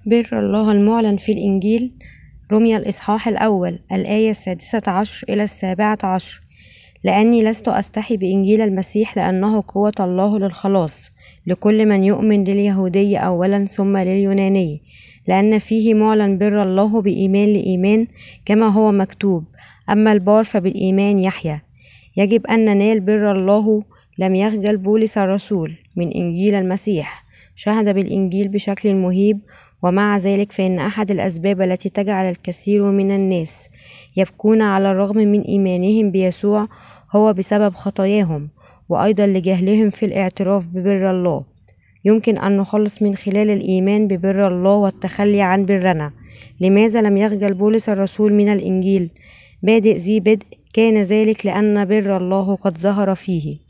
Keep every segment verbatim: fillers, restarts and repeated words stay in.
بر الله المعلن في الإنجيل. رمي الإصحاح الأول الآية السادسة عشر إلى السابعة عشر. لأني لست أستحي بإنجيل المسيح، لأنه قوة الله للخلاص لكل من يؤمن، لليهودي أولا ثم لليوناني، لأن فيه معلن بر الله بإيمان لإيمان، كما هو مكتوب: أما البار فبالإيمان يحيى. يجب أن ننال بر الله. لم يخجل بولس الرسول من إنجيل المسيح، شهد بالإنجيل بشكل مهيب، ومع ذلك فإن أحد الأسباب التي تجعل الكثير من الناس يبكون على الرغم من إيمانهم بيسوع هو بسبب خطاياهم، وأيضا لجهلهم في الاعتراف ببر الله. يمكن أن نخلص من خلال الإيمان ببر الله والتخلي عن برنا. لماذا لم يخجل بولس الرسول من الإنجيل؟ بادئ ذي بدء كان ذلك لأن بر الله قد ظهر فيه.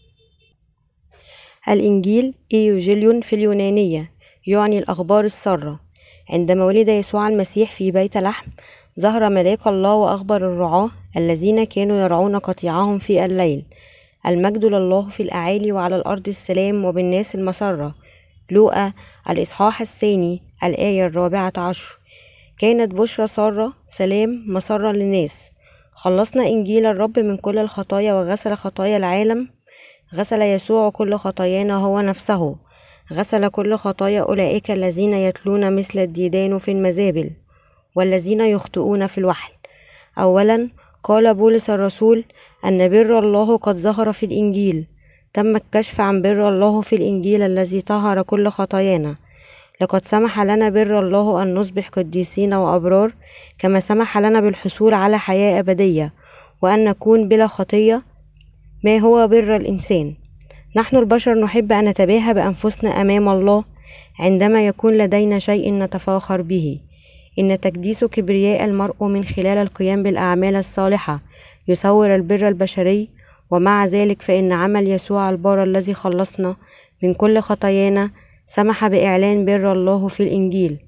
الإنجيل إيوجيليون في اليونانية يعني الأخبار السارة. عندما ولد يسوع المسيح في بيت لحم، ظهر ملاك الله وأخبر الرعاة الذين كانوا يرعون قطيعهم في الليل: المجد لله في الأعالي، وعلى الأرض السلام، وبالناس المسرة. لوقا الإصحاح الثاني الآية الرابعة عشر. كانت بشرى سارة سلام مسرة للناس. خلصنا إنجيل الرب من كل الخطايا وغسل خطايا العالم. غسل يسوع كل خطايانا هو نفسه. غسل كل خطايا أولئك الذين يتلون مثل الديدان في المزابل، والذين يخطئون في الوحل. أولا، قال بولس الرسول أن بر الله قد ظهر في الإنجيل. تم الكشف عن بر الله في الإنجيل الذي طهر كل خطايانا. لقد سمح لنا بر الله أن نصبح قديسين وأبرار، كما سمح لنا بالحصول على حياة أبدية، وأن نكون بلا خطية. ما هو بر الإنسان؟ نحن البشر نحب أن نتباهى بأنفسنا أمام الله عندما يكون لدينا شيء نتفاخر به. إن تكديس كبرياء المرء من خلال القيام بالأعمال الصالحة يصور البر البشري، ومع ذلك فإن عمل يسوع البار الذي خلصنا من كل خطايانا سمح بإعلان بر الله في الإنجيل.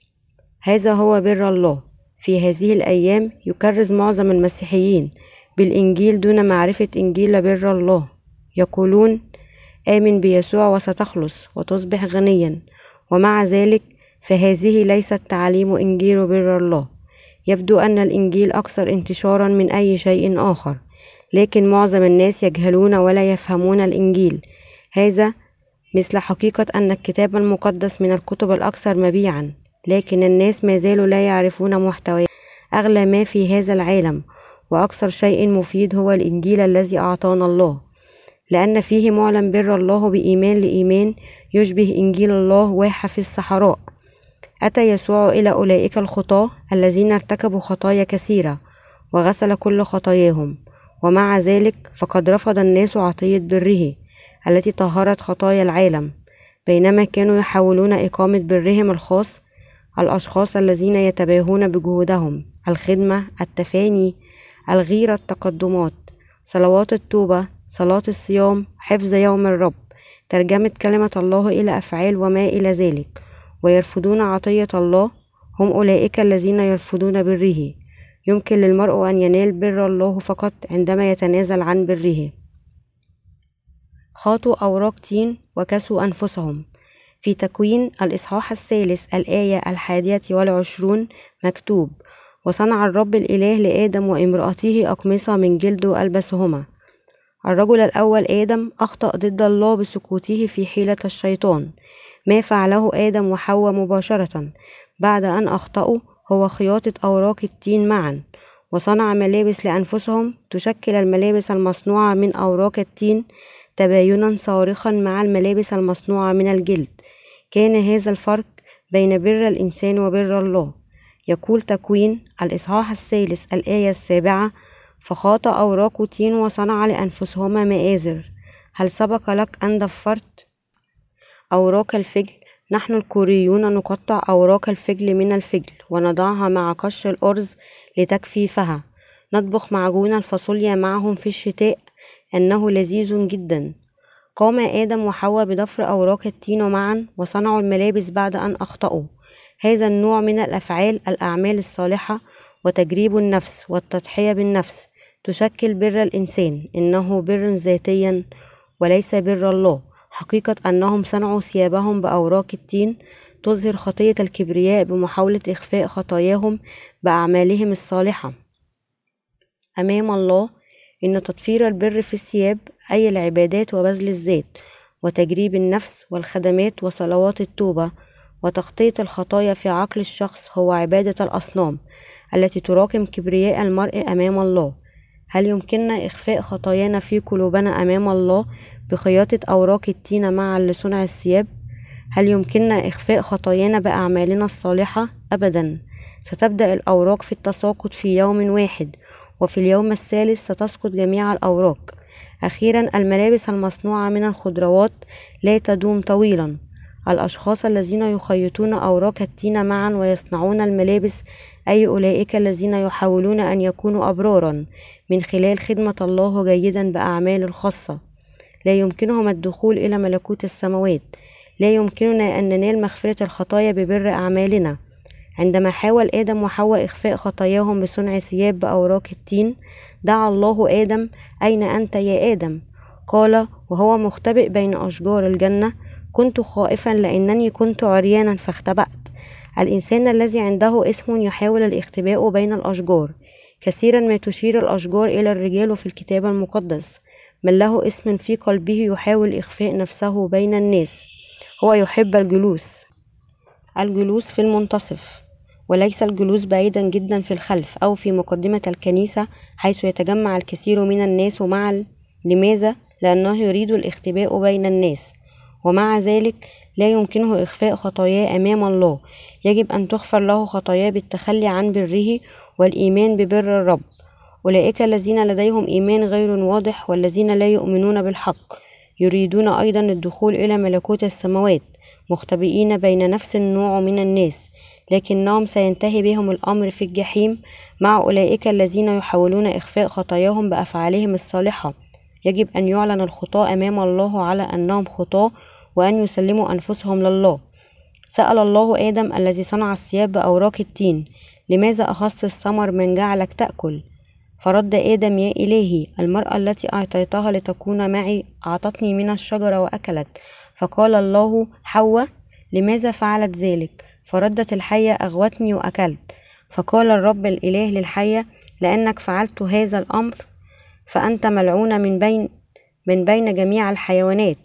هذا هو بر الله. في هذه الأيام يكرز معظم المسيحيين بالإنجيل دون معرفة إنجيل بر الله. يقولون: آمن بيسوع وستخلص وتصبح غنيا، ومع ذلك فهذه ليست تعليم إنجيل بر الله. يبدو أن الإنجيل أكثر انتشارا من أي شيء آخر، لكن معظم الناس يجهلون ولا يفهمون الإنجيل. هذا مثل حقيقة أن الكتاب المقدس من الكتب الأكثر مبيعا، لكن الناس ما زالوا لا يعرفون محتواه. أغلى ما في هذا العالم وأكثر شيء مفيد هو الإنجيل الذي أعطانا الله، لأن فيه معلن بر الله بإيمان لإيمان، يشبه إنجيل الله واح في الصحراء. أتى يسوع إلى أولئك الخطاة الذين ارتكبوا خطايا كثيرة وغسل كل خطاياهم، ومع ذلك فقد رفض الناس عطية بره التي طهرت خطايا العالم، بينما كانوا يحاولون إقامة برهم الخاص. الأشخاص الذين يتباهون بجهودهم، الخدمة، التفاني، الغيرة، التقدمات، صلوات التوبة، صلاة الصيام، حفظ يوم الرب، ترجمة كلمة الله إلى أفعال وما إلى ذلك، ويرفضون عطية الله، هم أولئك الذين يرفضون بره. يمكن للمرء أن ينال بر الله فقط عندما يتنازل عن بره. خاطوا أوراق تين وكسوا أنفسهم. في تكوين الإصحاح الثالث الآية الحادية والعشرون مكتوب: وصنع الرب الإله لآدم وامرأته أقمصة من جلد وألبسهما. الرجل الأول آدم أخطأ ضد الله بسكوته في حيلة الشيطان. ما فعله آدم وحواء مباشرة بعد أن أخطأوا هو خياطة أوراق التين معا، وصنع ملابس لأنفسهم تشكل الملابس المصنوعة من أوراق التين تباينا صارخا مع الملابس المصنوعة من الجلد. كان هذا الفرق بين بر الإنسان وبر الله. يقول تكوين الإصحاح الثالث الآية السابعة: فخاط أوراق تين وصنع لأنفسهما مآزر. هل سبق لك أن ضفرت أوراق الفجل؟ نحن الكوريون نقطع أوراق الفجل من الفجل ونضعها مع قش الأرز لتجفيفها. نطبخ معجون الفاصوليا معهم في الشتاء، إنه لذيذ جدا. قام آدم وحواء بضفر أوراق التين معا وصنعوا الملابس بعد أن أخطأوا. هذا النوع من الأفعال، الأعمال الصالحة وتجريب النفس والتضحية بالنفس، تشكل بر الإنسان. إنه بر ذاتيا وليس بر الله. حقيقة أنهم صنعوا ثيابهم بأوراق التين تظهر خطية الكبرياء بمحاولة إخفاء خطاياهم بأعمالهم الصالحة أمام الله. إن تطفير البر في الثياب أي العبادات وبذل الذات وتجريب النفس والخدمات وصلوات التوبة وتغطية الخطايا في عقل الشخص هو عبادة الأصنام التي تراكم كبرياء المرء أمام الله. هل يمكننا إخفاء خطايانا في قلوبنا أمام الله بخياطة أوراق التين معا لصنع الثياب؟ هل يمكننا إخفاء خطايانا بأعمالنا الصالحة؟ أبدا. ستبدأ الأوراق في التساقط في يوم واحد، وفي اليوم الثالث ستسقط جميع الأوراق. أخيرا، الملابس المصنوعة من الخضروات لا تدوم طويلا. الأشخاص الذين يخيطون أوراق التين معا ويصنعون الملابس أي أولئك الذين يحاولون أن يكونوا أبرارا من خلال خدمة الله جيدا بأعمال الخاصة، لا يمكنهم الدخول إلى ملكوت السماوات. لا يمكننا أن ننال مغفرة الخطايا ببر أعمالنا. عندما حاول آدم وحواء إخفاء خطاياهم بصنع ثياب بأوراق التين، دعا الله آدم: أين أنت يا آدم؟ قال وهو مختبئ بين أشجار الجنة: كنت خائفا لأنني كنت عريانا فاختبأت. الإنسان الذي عنده اسم يحاول الاختباء بين الأشجار. كثيرا ما تشير الأشجار إلى الرجال في الكتاب المقدس. من له اسم في قلبه يحاول إخفاء نفسه بين الناس. هو يحب الجلوس الجلوس في المنتصف، وليس الجلوس بعيدا جدا في الخلف أو في مقدمة الكنيسة حيث يتجمع الكثير من الناس معا. لماذا؟ لأنه يريد الاختباء بين الناس، ومع ذلك لا يمكنه إخفاء خطاياه أمام الله. يجب أن تغفر له خطاياه بالتخلي عن بره والإيمان ببر الرب. أولئك الذين لديهم إيمان غير واضح والذين لا يؤمنون بالحق يريدون أيضا الدخول إلى ملكوت السماوات مختبئين بين نفس النوع من الناس، لكنهم سينتهي بهم الأمر في الجحيم مع أولئك الذين يحاولون إخفاء خطاياهم بأفعالهم الصالحة. يجب أن يعلن الخطاة أمام الله على أنهم خطاة وأن يسلموا أنفسهم لله. سأل الله آدم الذي صنع الثياب بأوراق التين: لماذا أخص الثمر من جعلك تأكل؟ فرد آدم: يا إلهي، المرأة التي أعطيتها لتكون معي أعطتني من الشجرة وأكلت. فقال الله: حواء، لماذا فعلت ذلك؟ فردت الحية: أغوتني وأكلت. فقال الرب الإله للحية: لأنك فعلت هذا الأمر فأنت ملعونة من بين من بين جميع الحيوانات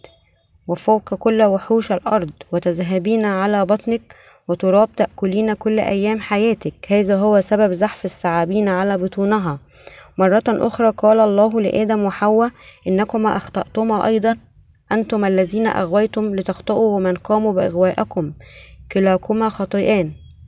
وفوق كل وحوش الأرض، وتذهبين على بطنك وتراب تأكلين كل أيام حياتك. هذا هو سبب زحف الثعابين على بطونها. مرة أخرى قال الله لآدم وحواء: إنكما أخطأتما أيضا، أنتم الذين أغويتم لتخطئوا ومن قاموا بإغوائكم، كلاكما خطيئان.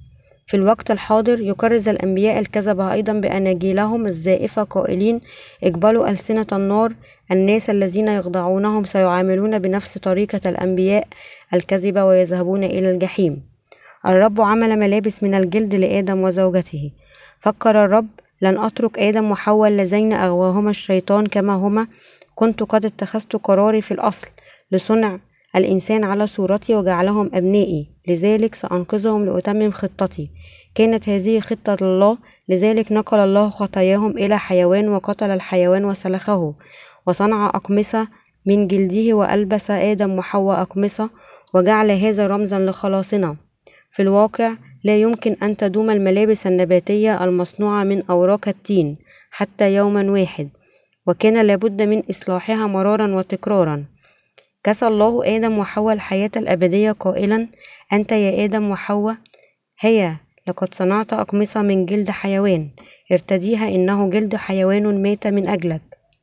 في الوقت الحاضر يكرز الأنبياء الكذبة أيضا بأناجيلهم الزائفة قائلين: اقبلوا ألسنة النار. الناس الذين يخضعونهم سيعاملون بنفس طريقة الأنبياء الكذبة ويذهبون إلى الجحيم. الرب عمل ملابس من الجلد لآدم وزوجته. فكر الرب: لن أترك آدم وحواء اللذين أغواهما الشيطان كما هما. كنت قد اتخذت قراري في الأصل لصنع الإنسان على صورتي وجعلهم أبنائي، لذلك سأنقذهم لأتمم خطتي. كانت هذه خطة الله، لذلك نقل الله خطاياهم إلى حيوان وقتل الحيوان وسلخه وصنع أقمصة من جلده وألبس آدم وحواء أقمصة وجعل هذا رمزا لخلاصنا. في الواقع لا يمكن أن تدوم الملابس النباتية المصنوعة من أوراق التين حتى يوما واحد، وكان لابد من إصلاحها مرارا وتكرارا. كسى الله آدم وحواء الحياة الأبدية قائلا: أنت يا آدم وحواء، هيا لقد صنعت أقمصة من جلد حيوان، ارتديها إنه جلد حيوان مات من أجلك.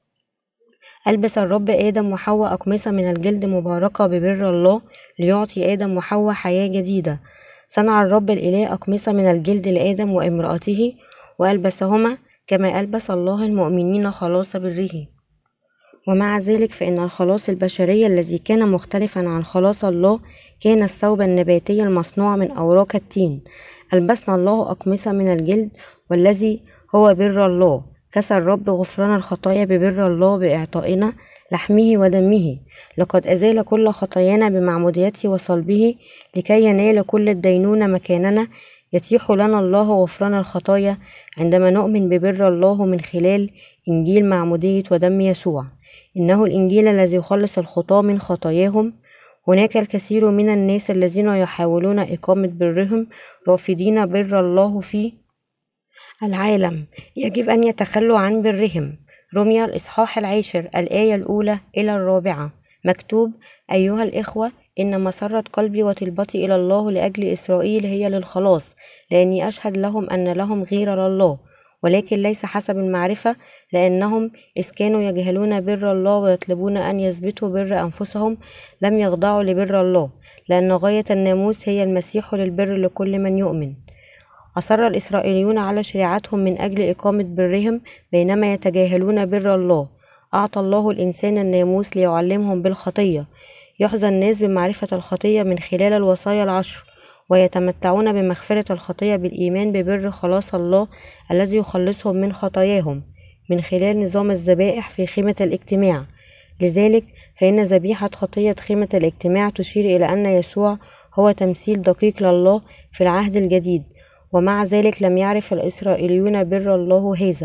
ألبس الرب آدم وحواء أقمصة من الجلد مباركة ببر الله ليعطي آدم وحواء حياة جديدة. صنع الرب الإله أقمصة من الجلد لآدم وامرأته وألبسهما كما ألبس الله المؤمنين خلاص بره. ومع ذلك فإن الخلاص البشري الذي كان مختلفا عن خلاص الله كان الثوب النباتي المصنوع من أوراق التين. ألبسنا الله أقمصة من الجلد والذي هو بر الله. كسى الرب غفران الخطايا ببر الله بإعطائنا لحمه ودمه. لقد أزال كل خطايانا بمعموديته وصلبه لكي ينال كل الدينونة مكاننا. يتيح لنا الله غفران الخطايا عندما نؤمن ببر الله من خلال إنجيل معمودية ودم يسوع. إنه الإنجيل الذي يخلص الخطاة من خطاياهم. هناك الكثير من الناس الذين يحاولون إقامة برهم رافضين بر الله في العالم، يجب أن يتخلوا عن برهم. رمي الإصحاح العاشر الآية الأولى إلى الرابعة مكتوب: أيها الإخوة، إن مسرة قلبي وطلبتي إلى الله لأجل إسرائيل هي للخلاص، لأني أشهد لهم أن لهم غير لله، ولكن ليس حسب المعرفة، لأنهم إذ كانوا يجهلون بر الله ويطلبون أن يثبتوا بر أنفسهم لم يخضعوا لبر الله، لأن غاية الناموس هي المسيح للبر لكل من يؤمن. أصر الإسرائيليون على شريعتهم من أجل إقامة برهم بينما يتجاهلون بر الله. أعطى الله الإنسان الناموس ليعلمهم بالخطية. يحظى الناس بمعرفة الخطية من خلال الوصايا العشر، ويتمتعون بمغفرة الخطية بالإيمان ببر خلاص الله الذي يخلصهم من خطاياهم من خلال نظام الذبائح في خيمة الاجتماع. لذلك فإن ذبيحة خطية خيمة الاجتماع تشير إلى أن يسوع هو تمثيل دقيق لله في العهد الجديد، ومع ذلك لم يعرف الإسرائيليون بر الله هذا.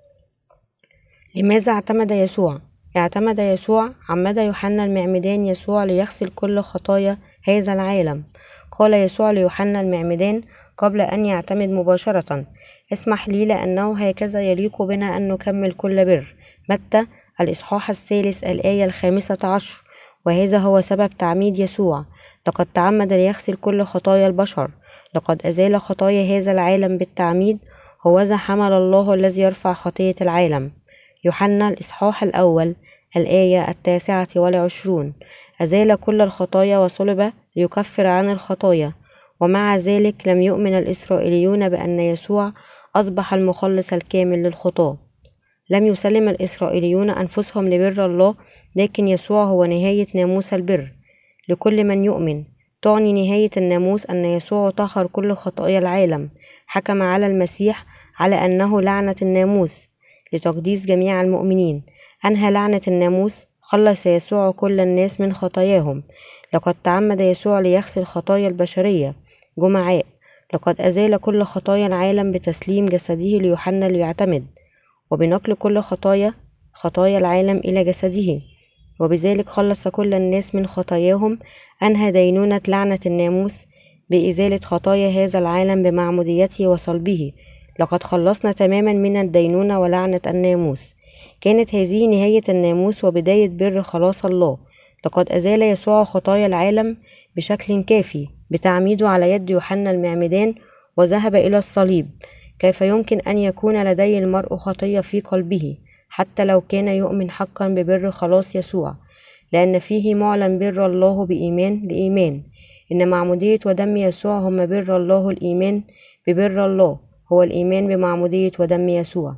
لماذا اعتمد يسوع؟ اعتمد يسوع عمد يوحنا المعمدان يسوع ليغسل كل خطايا هذا العالم. قال يسوع ليوحنا المعمدان قبل أن يعتمد مباشرة: اسمح لي لأنه هكذا يليق بنا أن نكمل كل بر. متى الإصحاح الثالث الآية الخامسة عشر. وهذا هو سبب تعميد يسوع: لقد تعمد ليغسل كل خطايا البشر. لقد أزال خطايا هذا العالم بالتعميد. هوذا حمل الله الذي يرفع خطية العالم. يوحنا الإصحاح الأول الآية التاسعة والعشرون. أزال كل الخطايا وصلب ليكفر عن الخطايا. ومع ذلك لم يؤمن الإسرائيليون بأن يسوع أصبح المخلص الكامل للخطاة. لم يسلم الإسرائيليون أنفسهم لبر الله، لكن يسوع هو نهاية ناموس البر لكل من يؤمن. تعني نهاية الناموس أن يسوع طهر كل خطايا العالم. حكم على المسيح على أنه لعنة الناموس لتقديس جميع المؤمنين. أنهى لعنة الناموس. خلص يسوع كل الناس من خطاياهم. لقد تعمد يسوع ليغسل خطايا البشرية. جمعاء: لقد أزال كل خطايا العالم بتسليم جسده ليوحنا ليعتمد، وبنقل كل خطايا خطايا العالم إلى جسده، وبذلك خلص كل الناس من خطاياهم. أنهى دينونة لعنة الناموس بإزالة خطايا هذا العالم بمعموديته وصلبه. لقد خلصنا تماما من الدينونة ولعنة الناموس. كانت هذه نهاية الناموس وبداية بر خلاص الله. لقد أزال يسوع خطايا العالم بشكل كافي بتعميده على يد يوحنا المعمدان وذهب إلى الصليب. كيف يمكن أن يكون لدي المرء خطية في قلبه حتى لو كان يؤمن حقا ببر خلاص يسوع؟ لأن فيه معلن بر الله بإيمان لإيمان. إن معمودية ودم يسوع هم بر الله. الإيمان ببر الله هو الإيمان بمعمودية ودم يسوع.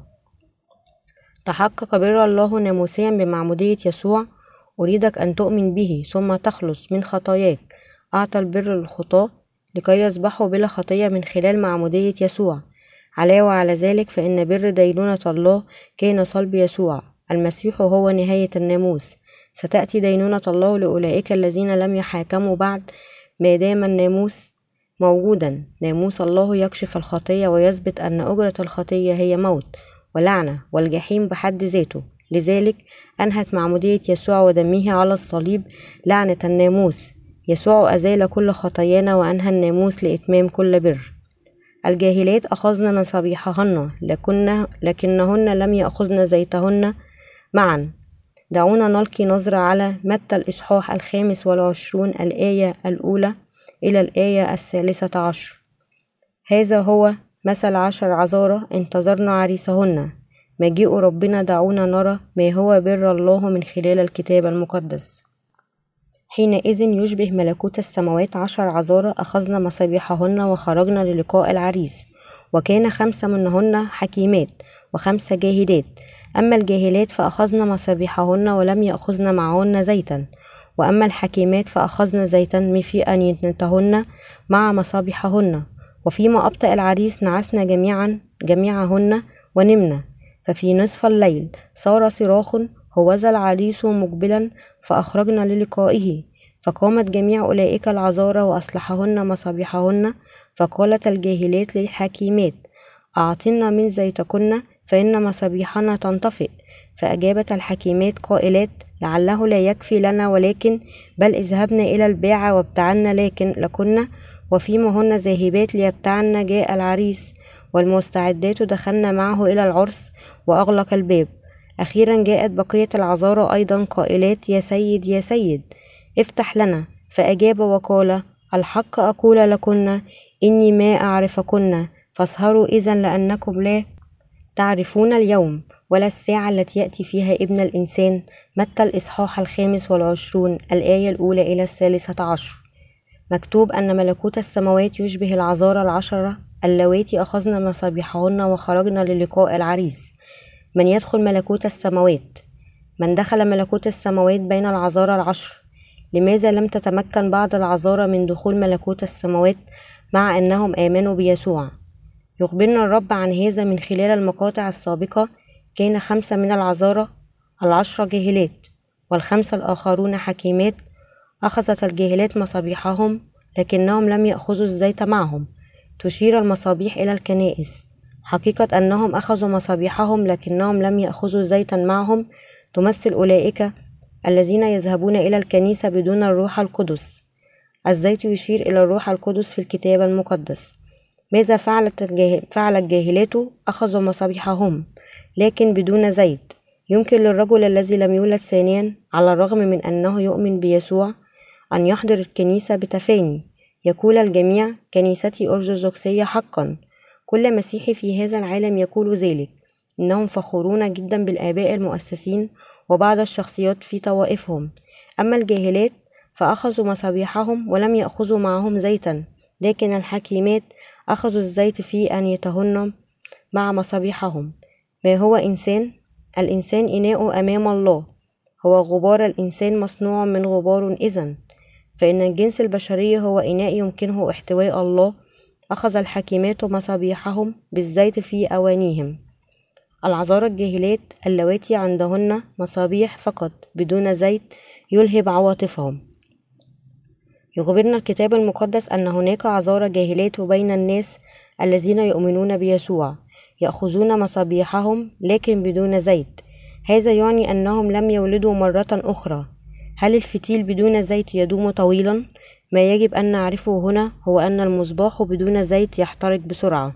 تحقق بر الله ناموسيا بمعمودية يسوع. أريدك أن تؤمن به ثم تخلص من خطاياك. أعطى البر للخطاة لكي يصبحوا بلا خطية من خلال معمودية يسوع. علاوة على ذلك فإن بر دينونة الله كان صلب يسوع. المسيح هو نهاية الناموس. ستأتي دينونة الله لأولئك الذين لم يحاكموا بعد ما دام الناموس موجودا. ناموس الله يكشف الخطية ويثبت أن أجرة الخطية هي موت ولعنة والجحيم بحد ذاته. لذلك أنهت معمودية يسوع ودمه على الصليب لعنة الناموس. يسوع أزال كل خطايانا وأنهى الناموس لإتمام كل بر. الجاهلات أخذن مصابيحهن لكن لكنهن لم يأخذن زيتهن معا. دعونا نلقي نظرة على متى الإصحاح الخامس والعشرون الآية الأولى إلى الآية الثالثة عشر. هذا هو مثل عشر عذارى انتظرن عريسهن. مجيء ربنا دعونا نرى ما هو بر الله من خلال الكتاب المقدس. حينئذ يشبه ملكوت السماوات عشر عذارى أخذن مصابيحهن وخرجن للقاء العريس. وكان خمسة منهن حكيمات وخمسة جاهلات. أما الجاهلات فأخذن مصابيحهن ولم يأخذن معهن زيتا، وأما الحكيمات فأخذن زيتا في أنيتهن مع مصابيحهن. وفيما أبطأ العريس نعسن جميعا جميعهن ونمنا. ففي نصف الليل صار صراخ: هوذا العريس مقبلا فأخرجنا للقائه. فقامت جميع أولئك العذارى وأصلحهن مصابيحهن. فقالت الجاهلات للحكيمات: أعطنا من زيتكن فإن مصابيحنا تنطفئ. فأجابت الحكيمات قائلات: لعله لا يكفي لنا، ولكن بل اذهبنا إلى الباعة وابتعنا لكن لكنا، وفيما هن ذاهبات ليبتعن جاء العريس، والمستعدات دخلنا معه إلى العرس وأغلق الباب. أخيرا جاءت بقية العذارى أيضا قائلات: يا سيد يا سيد افتح لنا. فأجاب وقال: الحق أقول لكن إني ما أعرفكن، فاسهروا إذن، لأنكم لا تعرفون اليوم ولا الساعة التي يأتي فيها ابن الإنسان. متى الإصحاح الخامس والعشرون الآية الأولى إلى الثالثة عشر. مكتوب أن ملكوت السماوات يشبه العذارى العشرة اللواتي أخذن مصابيحهن وخرجن للقاء العريس. من يدخل ملكوت السماوات؟ من دخل ملكوت السماوات بين العذارى العشر. لماذا لم تتمكن بعض العذارى من دخول ملكوت السماوات مع أنهم آمنوا بيسوع؟ يخبرنا الرب عن هذا من خلال المقاطع السابقة. كان خمسة من العذارى العشرة جاهلات، والخمسة الآخرون حكيمات. أخذت الجاهلات مصابيحهم لكنهم لم يأخذوا الزيت معهم. تشير المصابيح إلى الكنائس. حقيقة أنهم أخذوا مصابيحهم لكنهم لم يأخذوا زيتا معهم تمثل أولئك الذين يذهبون إلى الكنيسة بدون الروح القدس. الزيت يشير إلى الروح القدس في الكتاب المقدس. ماذا فعلت الجاهل فعل الجاهلات؟ أخذوا مصابيحهم لكن بدون زيت. يمكن للرجل الذي لم يولد ثانيا على الرغم من أنه يؤمن بيسوع أن يحضر الكنيسة بتفاني. يقول الجميع: كنيستي أرثوذكسية حقا. كل مسيحي في هذا العالم يقول ذلك. إنهم فخورون جدا بالآباء المؤسسين وبعض الشخصيات في طوائفهم. أما الجاهلات فأخذوا مصابيحهم ولم يأخذوا معهم زيتا، لكن الحكيمات أخذوا الزيت في أنيتهن مع مصابيحهم. ما هو إنسان؟ الإنسان إناء أمام الله. هو غبار الإنسان مصنوع من غبار. إذن فإن الجنس البشري هو إناء يمكنه احتواء الله. أخذ الحكيمات مصابيحهم بالزيت في أوانيهم. العذارى الجاهلات اللواتي عندهن مصابيح فقط بدون زيت يلهب عواطفهم. يخبرنا الكتاب المقدس أن هناك عذارى جاهلات بين الناس الذين يؤمنون بيسوع يأخذون مصابيحهم لكن بدون زيت. هذا يعني أنهم لم يولدوا مرة أخرى. هل الفتيل بدون زيت يدوم طويلا؟ ما يجب أن نعرفه هنا هو أن المصباح بدون زيت يحترق بسرعة.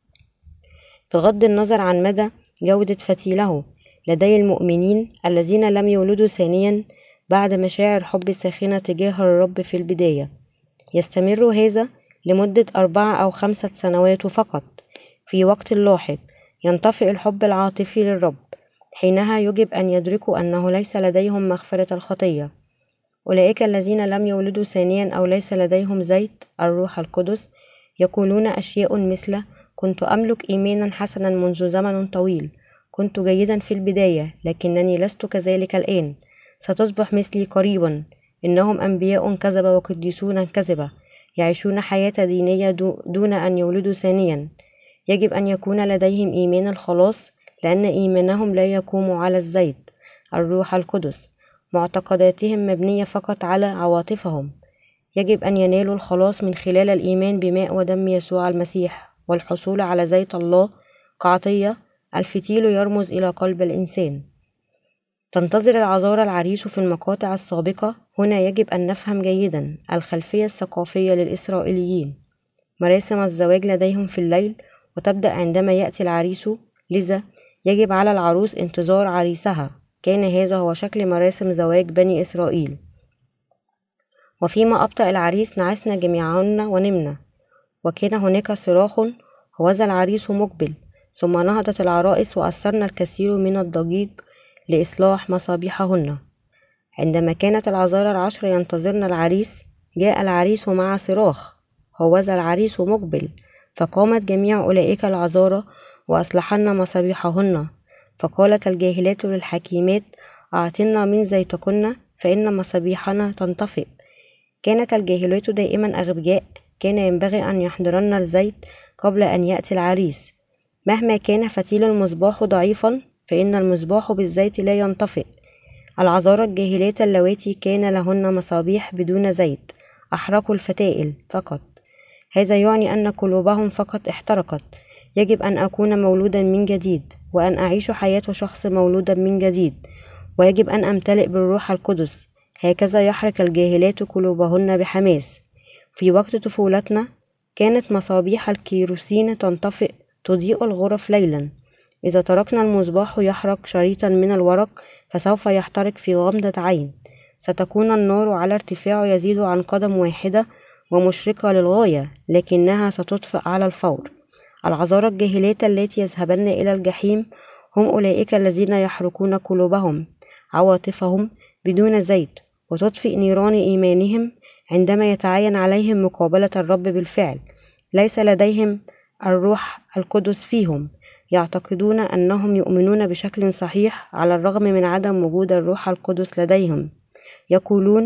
بغض النظر عن مدى جودة فتيله، لدي المؤمنين الذين لم يولدوا ثانيا بعد مشاعر حب ساخنة تجاه الرب في البداية، يستمر هذا لمدة أربعة أو خمسة سنوات فقط. في وقت لاحق ينطفئ الحب العاطفي للرب. حينها يجب أن يدركوا أنه ليس لديهم مغفرة الخطية. أولئك الذين لم يولدوا ثانيا أو ليس لديهم زيت الروح القدس يقولون أشياء مثل: كنت أملك إيمانا حسنا منذ زمن طويل، كنت جيدا في البداية لكنني لست كذلك الآن، ستصبح مثلي قريبا. إنهم أنبياء كذبة وقديسون كذبة يعيشون حياة دينية دون أن يولدوا ثانيا. يجب أن يكون لديهم إيمان الخلاص، لأن إيمانهم لا يقوم على الزيت الروح القدس. معتقداتهم مبنية فقط على عواطفهم. يجب أن ينالوا الخلاص من خلال الإيمان بماء ودم يسوع المسيح والحصول على زيت الله كعطية. الفتيل يرمز إلى قلب الإنسان. تنتظر العذارى العريس في المقاطع السابقة. هنا يجب أن نفهم جيدا الخلفية الثقافية للإسرائيليين. مراسم الزواج لديهم في الليل وتبدأ عندما يأتي العريس، لذا يجب على العروس انتظار عريسها. كان هذا هو شكل مراسم زواج بني إسرائيل. وفيما أبطأ العريس نعسنا جميعهن ونمنا، وكان هناك صراخ: هوذا العريس مقبل. ثم نهضت العرائس وأثرن الكثير من الضجيج لإصلاح مصابيحهن. عندما كانت العذارى العشر ينتظرن العريس، جاء العريس مع صراخ: هوذا العريس مقبل. فقامت جميع أولئك العذارى وأصلحن مصابيحهن. فقالت الجاهلات للحكيمات: أعطنا من زيتكن فإن مصابيحنا تنطفئ. كانت الجاهلات دائما أغبياء. كان ينبغي أن يحضرن الزيت قبل أن يأتي العريس. مهما كان فتيل المصباح ضعيفا فإن المصباح بالزيت لا ينطفئ. العذارى الجاهلات اللواتي كان لهن مصابيح بدون زيت أحرقوا الفتائل فقط. هذا يعني أن قلوبهم فقط احترقت. يجب أن أكون مولودا من جديد. وأن أعيش حياة شخص مولودا من جديد، ويجب أن أمتلئ بالروح القدس. هكذا يحرك الجاهلات قلوبهن بحماس. في وقت طفولتنا كانت مصابيح الكيروسين تنطفئ تضيء الغرف ليلا. إذا تركنا المصباح يحرق شريطا من الورق فسوف يحترق في غمضة عين. ستكون النار على ارتفاع يزيد عن قدم واحدة ومشرقة للغاية، لكنها ستطفئ على الفور. العذارى الجاهلات اللاتي يذهبن إلى الجحيم هم أولئك الذين يحرقون قلوبهم عواطفهم بدون زيت، وتطفئ نيران إيمانهم عندما يتعين عليهم مقابلة الرب بالفعل. ليس لديهم الروح القدس فيهم. يعتقدون أنهم يؤمنون بشكل صحيح على الرغم من عدم وجود الروح القدس لديهم. يقولون: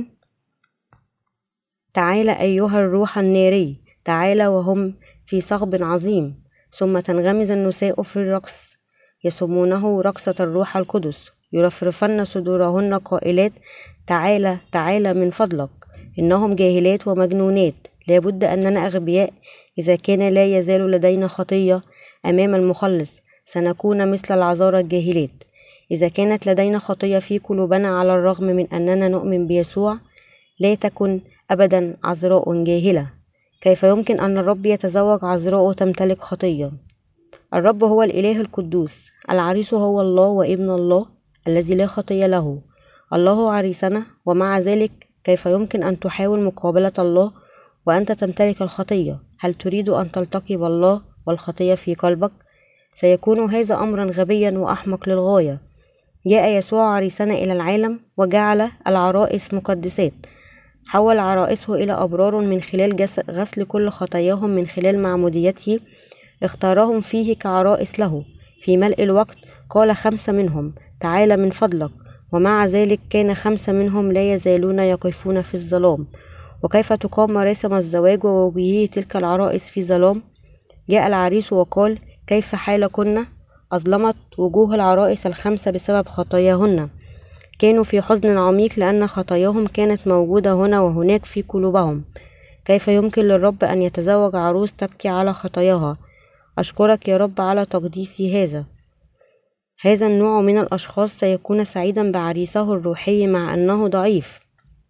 تعال أيها الروح الناري، تعال، وهم في صخب عظيم. ثم تنغمز النساء في الرقص، يسمونه رقصة الروح القدس، يرفرفن صدورهن قائلات: تعال تعال من فضلك. إنهم جاهلات ومجنونات. لابد أننا أغبياء إذا كان لا يزال لدينا خطية أمام المخلص. سنكون مثل العذارى الجاهلات. إذا كانت لدينا خطية في قلوبنا على الرغم من أننا نؤمن بيسوع، لا تكن أبدا عذراء جاهلة. كيف يمكن أن الرب يتزوج عذراء تمتلك خطية؟ الرب هو الإله القدوس. العريس هو الله وابن الله الذي لا خطية له. الله عريسنا، ومع ذلك كيف يمكن أن تحاول مقابلة الله وأنت تمتلك الخطية؟ هل تريد أن تلتقي بالله والخطية في قلبك؟ سيكون هذا أمرا غبيا وأحمق للغاية. جاء يسوع عريسنا إلى العالم وجعل العرائس مقدسات. حول عرائسه إلى أبرار من خلال غسل كل خطاياهم من خلال معموديته. اختارهم فيه كعرائس له. في ملء الوقت قال خمسة منهم: تعال من فضلك. ومع ذلك كان خمسة منهم لا يزالون يقفون في الظلام. وكيف تقام مراسم الزواج ووجهه تلك العرائس في ظلام؟ جاء العريس وقال: كيف حالكن؟ أظلمت وجوه العرائس الخمسة بسبب خطاياهن. كانوا في حزن عميق لأن خطاياهم كانت موجودة هنا وهناك في قلوبهم. كيف يمكن للرب أن يتزوج عروس تبكي على خطاياها؟ أشكرك يا رب على تقديسي هذا. هذا النوع من الأشخاص سيكون سعيدا بعريسه الروحي مع أنه ضعيف،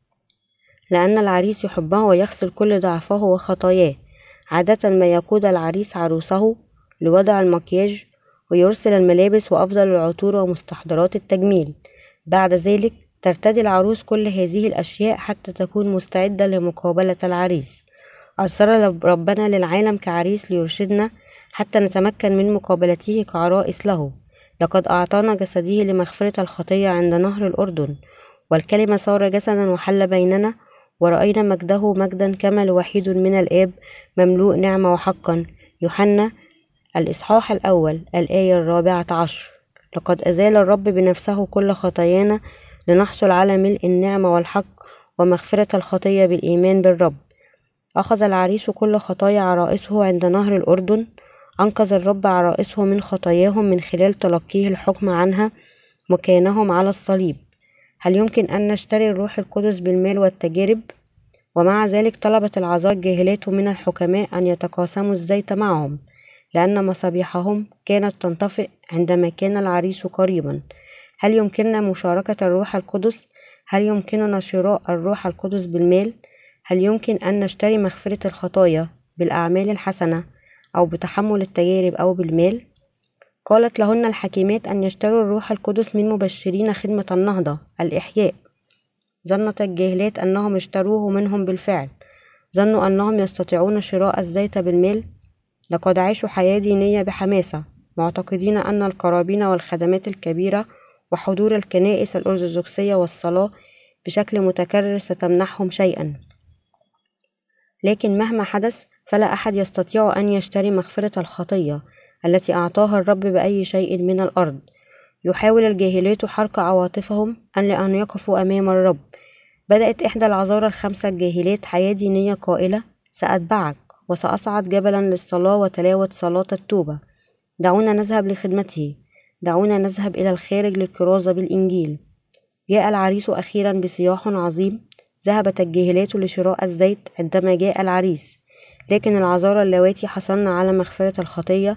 لأن العريس يحبه ويغسل كل ضعفه وخطاياه. عادة ما يقود العريس عروسه لوضع المكياج ويرسل الملابس وأفضل العطور ومستحضرات التجميل. بعد ذلك ترتدي العروس كل هذه الأشياء حتى تكون مستعدة لمقابلة العريس. أرسل ربنا للعالم كعريس ليرشدنا حتى نتمكن من مقابلته كعرائس له. لقد أعطانا جسده لمغفرة الخطية عند نهر الأردن، والكلمة صار جسدا وحل بيننا، ورأينا مجده مجدا كما لوحيد من الآب مملوء نعمة وحقا. يوحنا الإصحاح الأول الآية الرابعة عشر. لقد أزال الرب بنفسه كل خطايانا لنحصل على ملء النعمة والحق ومغفرة الخطية بالإيمان بالرب. أخذ العريس كل خطايا عرائسه عند نهر الأردن. أنقذ الرب عرائسه من خطاياهم من خلال تلقيه الحكم عنها مكانهم على الصليب. هل يمكن أن نشتري الروح القدس بالمال والتجارب؟ ومع ذلك طلبت العذارى الجاهلات من الحكماء أن يتقاسموا الزيت معهم، لأن مصابيحهم كانت تنطفئ عندما كان العريس قريبا. هل يمكننا مشاركة الروح القدس؟ هل يمكننا شراء الروح القدس بالمال؟ هل يمكن أن نشتري مغفرة الخطايا بالأعمال الحسنة أو بتحمل التجارب أو بالمال؟ قالت لهن الحكيمات أن يشتروا الروح القدس من مبشرين خدمة النهضة الإحياء. ظنت الجاهلات أنهم اشتروه منهم بالفعل. ظنوا أنهم يستطيعون شراء الزيت بالمال. لقد عاشوا حياة دينية بحماسة، معتقدين أن القرابين والخدمات الكبيرة وحضور الكنائس الأرثوذكسية والصلاة بشكل متكرر ستمنحهم شيئا. لكن مهما حدث فلا أحد يستطيع أن يشتري مغفرة الخطية التي أعطاها الرب بأي شيء من الأرض. يحاول الجاهلات حرق عواطفهم أن لأن يقفوا أمام الرب. بدأت إحدى العذارى الخمسة الجاهلات حياة دينية قائلة: سأتبعك وسأصعد جبلا للصلاة وتلاوة صلاة التوبة. دعونا نذهب لخدمته. دعونا نذهب إلى الخارج للكرازة بالإنجيل. جاء العريس أخيرا بصياح عظيم. ذهبت الجاهلات لشراء الزيت عندما جاء العريس، لكن العذارى اللواتي حصلن على مغفرة الخطية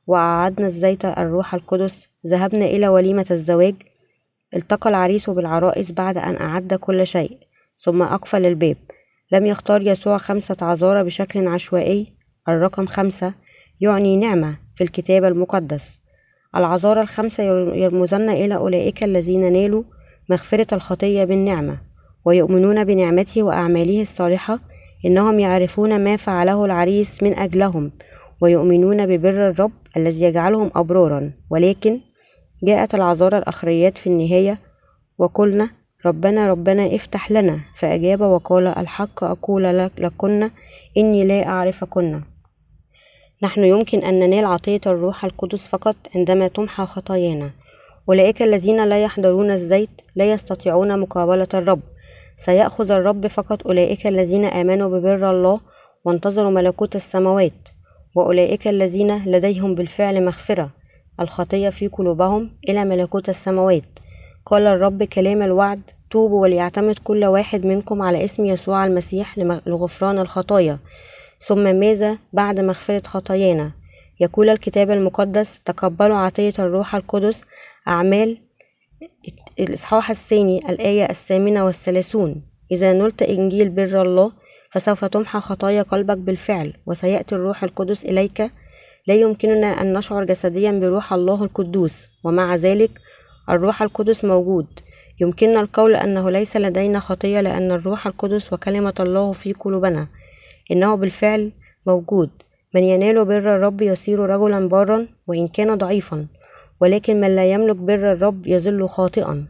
وأعدنا الزيت الروح القدس، ذهبنا إلى وليمة الزواج. التقى العريس بالعرائس بعد أن أعد كل شيء، ثم أقفل الباب. لم يختار يسوع خمسة عذارى بشكل عشوائي. الرقم خمسة يعني نعمة في الكتاب المقدس. العذارى الخمسة يرمزن إلى أولئك الذين نالوا مغفرة الخطية بالنعمة ويؤمنون بنعمته وأعماله الصالحة. إنهم يعرفون ما فعله العريس من أجلهم ويؤمنون ببر الرب الذي يجعلهم أبرارا. ولكن جاءت العذارى الأخريات في النهاية وقلنا: ربنا ربنا افتح لنا. فأجاب وقال: الحق أقول لك لكن إني لا أعرفكن. نحن يمكن أن ننال عطية الروح القدس فقط عندما تمحى خطايانا. أولئك الذين لا يحضرون الزيت لا يستطيعون مقابلة الرب. سيأخذ الرب فقط أولئك الذين آمنوا ببر الله وانتظروا ملكوت السماوات، وأولئك الذين لديهم بالفعل مغفرة الخطية في قلوبهم إلى ملكوت السماوات. قال الرب كلام الوعد: توبوا وليعتمد كل واحد منكم على اسم يسوع المسيح لغفران الخطايا. ثم ماذا بعد مغفرة خطايانا؟ يقول الكتاب المقدس: تقبلوا عطية الروح القدس. أعمال الإصحاح الثاني الآية الثامنة والثلاثون: إذا نلت إنجيل بر الله فسوف تمحى خطايا قلبك بالفعل، وسيأتي الروح القدس إليك. لا يمكننا أن نشعر جسديا بروح الله القدوس، ومع ذلك الروح القدس موجود. يمكننا القول أنه ليس لدينا خطية لأن الروح القدس وكلمة الله في قلوبنا. إنه بالفعل موجود. من ينال بر الرب يصير رجلا بارا وإن كان ضعيفا، ولكن من لا يملك بر الرب يظل خاطئا.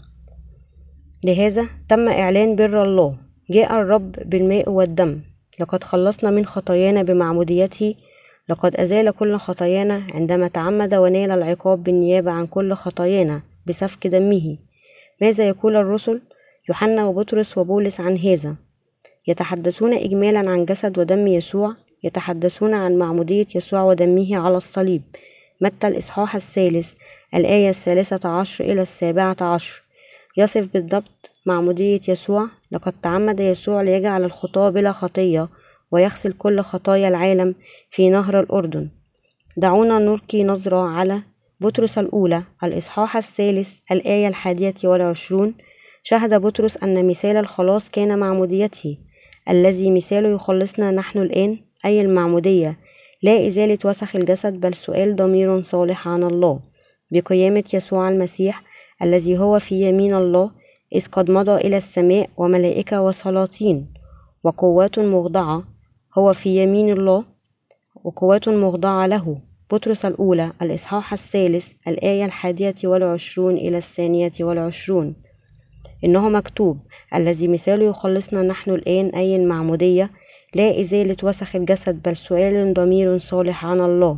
لهذا تم إعلان بر الله. جاء الرب بالماء والدم. لقد خلصنا من خطايانا بمعموديته. لقد أزال كل خطايانا عندما تعمد ونال العقاب بالنيابة عن كل خطايانا بسفك دمه. ماذا يقول الرسل يوحنا وبطرس وبولس عن هذا؟ يتحدثون إجمالا عن جسد ودم يسوع. يتحدثون عن معمودية يسوع ودمه على الصليب. متى الإصحاح الثالث الآية الثالثة عشر إلى السابعة عشر يصف بالضبط معمودية يسوع. لقد تعمد يسوع ليجعل الخطاة بلا خطية ويغسل كل خطايا العالم في نهر الأردن. دعونا نلقي نظرة على بطرس الأولى الإصحاح الثالث الآية الحادية والعشرون. شهد بطرس أن مثال الخلاص كان معموديته، الذي مثاله يخلصنا نحن الآن، أي المعمودية، لا إزالة وسخ الجسد بل سؤال ضمير صالح عن الله بقيامة يسوع المسيح الذي هو في يمين الله، إذ قد مضى إلى السماء وملائكة وسلاطين وقوات مخضعة. هو في يمين الله وقوات مخضعة له. بطرس الأولى الإصحاح الثالث الآية الحادية والعشرون إلى الثانية والعشرون. إنه مكتوب: الذي مثاله يخلصنا نحن الآن، أي المعمودية، لا إزالة وسخ الجسد بل سؤال ضمير صالح عن الله.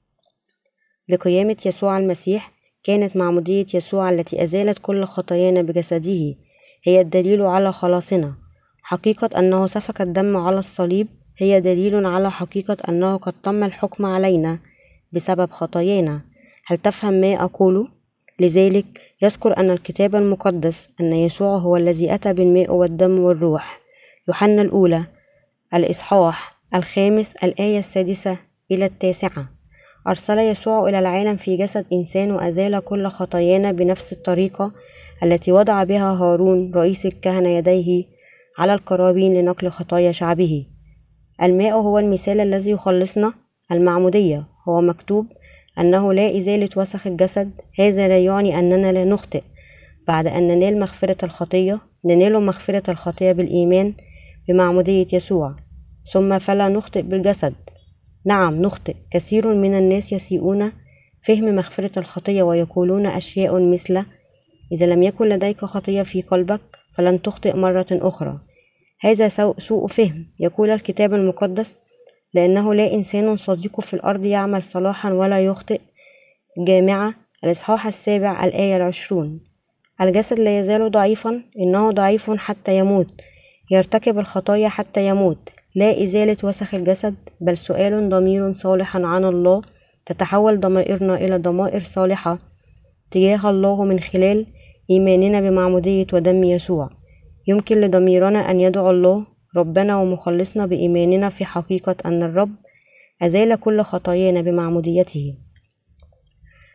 بقيامة يسوع المسيح كانت معمودية يسوع التي أزالت كل خطايانا بجسده هي الدليل على خلاصنا. حقيقة أنه سفك الدم على الصليب هي دليل على حقيقة أنه قد تم الحكم علينا بسبب خطايانا. هل تفهم ما أقوله؟ لذلك يذكر أن الكتاب المقدس أن يسوع هو الذي أتى بالماء والدم والروح. يوحنا الأولى الإصحاح الخامس الآية السادسة إلى التاسعة. أرسل يسوع إلى العالم في جسد إنسان وأزال كل خطايانا بنفس الطريقة التي وضع بها هارون رئيس الكهنة يديه على القرابين لنقل خطايا شعبه. الماء هو المثال الذي يخلصنا. المعمودية هو مكتوب أنه لا إزالة وسخ الجسد. هذا لا يعني أننا لا نخطئ. بعد أن ننال مغفرة الخطية ننال مغفرة الخطية بالإيمان بمعمودية يسوع، ثم فلا نخطئ بالجسد. نعم نخطئ. كثير من الناس يسيئون فهم مغفرة الخطية ويقولون أشياء مثل: إذا لم يكن لديك خطية في قلبك فلن تخطئ مرة أخرى. هذا سوء فهم. يقول الكتاب المقدس: لأنه لا إنسان صديق في الأرض يعمل صلاحا ولا يخطئ. جامعة الإصحاح السابع الآية العشرون. الجسد لا يزال ضعيفا، إنه ضعيف حتى يموت، يرتكب الخطايا حتى يموت. لا إزالة وسخ الجسد بل سؤال ضمير صالحا عن الله. تتحول ضمائرنا إلى ضمائر صالحة تجاه الله من خلال إيماننا بمعمودية ودم يسوع. يمكن لضميرنا أن يدعو الله ربنا ومخلصنا بإيماننا في حقيقة أن الرب أزال كل خطايانا بمعموديته.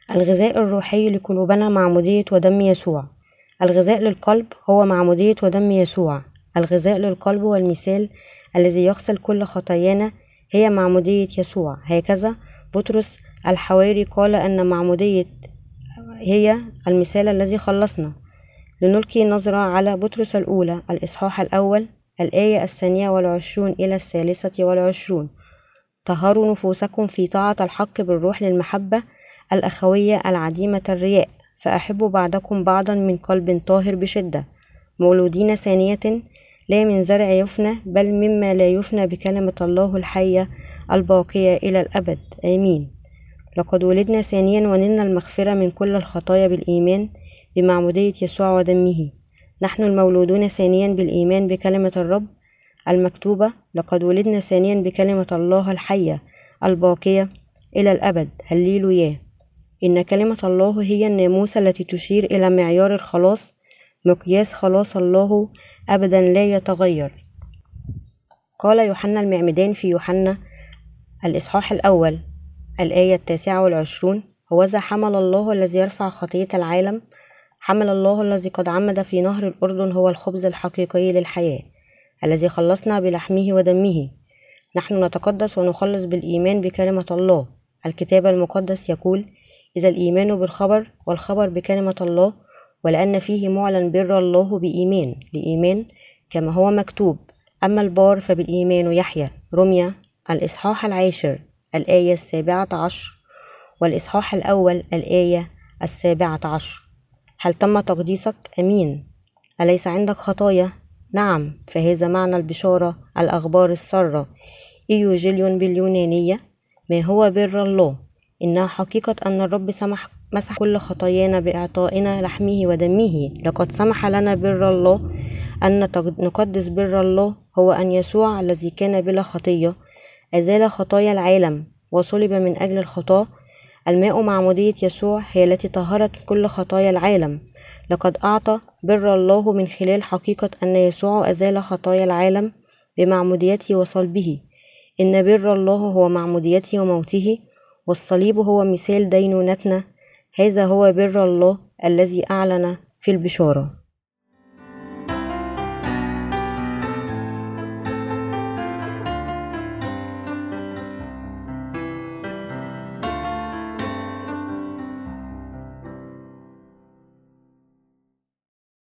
الغذاء الروحي لقلوبنا معمودية ودم يسوع. الغذاء للقلب هو معمودية ودم يسوع. الغذاء للقلب والمثال الذي يغسل كل خطايانا هي معمودية يسوع. هكذا بطرس الحواري قال أن معمودية هي المثال الذي خلصنا. لنلقي نظرة على بطرس الأولى الإصحاح الأول الآية الثانية والعشرون إلى الثالثة والعشرون. طهروا نفوسكم في طاعة الحق بالروح للمحبة الأخوية العديمة الرياء، فأحبوا بعضكم بعضا من قلب طاهر بشدة، مولودين ثانية لا من زرع يفنى بل مما لا يفنى بكلمة الله الحية الباقية إلى الأبد. آمين. لقد ولدنا ثانيا ونلنا المغفرة من كل الخطايا بالإيمان بمعمودية يسوع ودمه. نحن المولودون ثانيا بالإيمان بكلمة الرب المكتوبة: لقد ولدنا ثانيا بكلمة الله الحية الباقية إلى الأبد. هللويا. إن كلمة الله هي الناموس التي تشير إلى معيار الخلاص، مقياس خلاص الله أبدا لا يتغير. قال يوحنا المعمدان في يوحنا الإصحاح الأول الآية التاسعة والعشرون: هوذا حمل الله الذي يرفع خطية العالم، حمل الله الذي قد عمد في نهر الأردن، هو الخبز الحقيقي للحياة الذي خلصنا بلحمه ودمه. نحن نتقدس ونخلص بالإيمان بكلمة الله. الكتاب المقدس يقول: إذا الإيمان بالخبر والخبر بكلمة الله، ولأن فيه معلن بر الله بإيمان لإيمان، كما هو مكتوب: أما البار فبالإيمان يحيى. رمية الإصحاح العاشر الآية السابعة عشر والإصحاح الأول الآية السابعة عشر. هل تم تقديسك؟ أمين. أليس عندك خطايا؟ نعم، فهذا معنى البشارة، الأخبار السارة. إيوجيليون باليونانية: ما هو بر الله؟ إنها حقيقة أن الرب سمح مسح كل خطايانا بإعطائنا لحمه ودمه. لقد سمح لنا بر الله أن نقدس. بر الله هو أن يسوع الذي كان بلا خطية أزال خطايا العالم وصلب من أجل الخطاة. الماء معمودية يسوع هي التي طهرت كل خطايا العالم. لقد أعطى بر الله من خلال حقيقة أن يسوع أزال خطايا العالم بمعموديته وصلبه. إن بر الله هو معموديته وموته، والصليب هو مثال دينونتنا. هذا هو بر الله الذي أعلن في البشارة.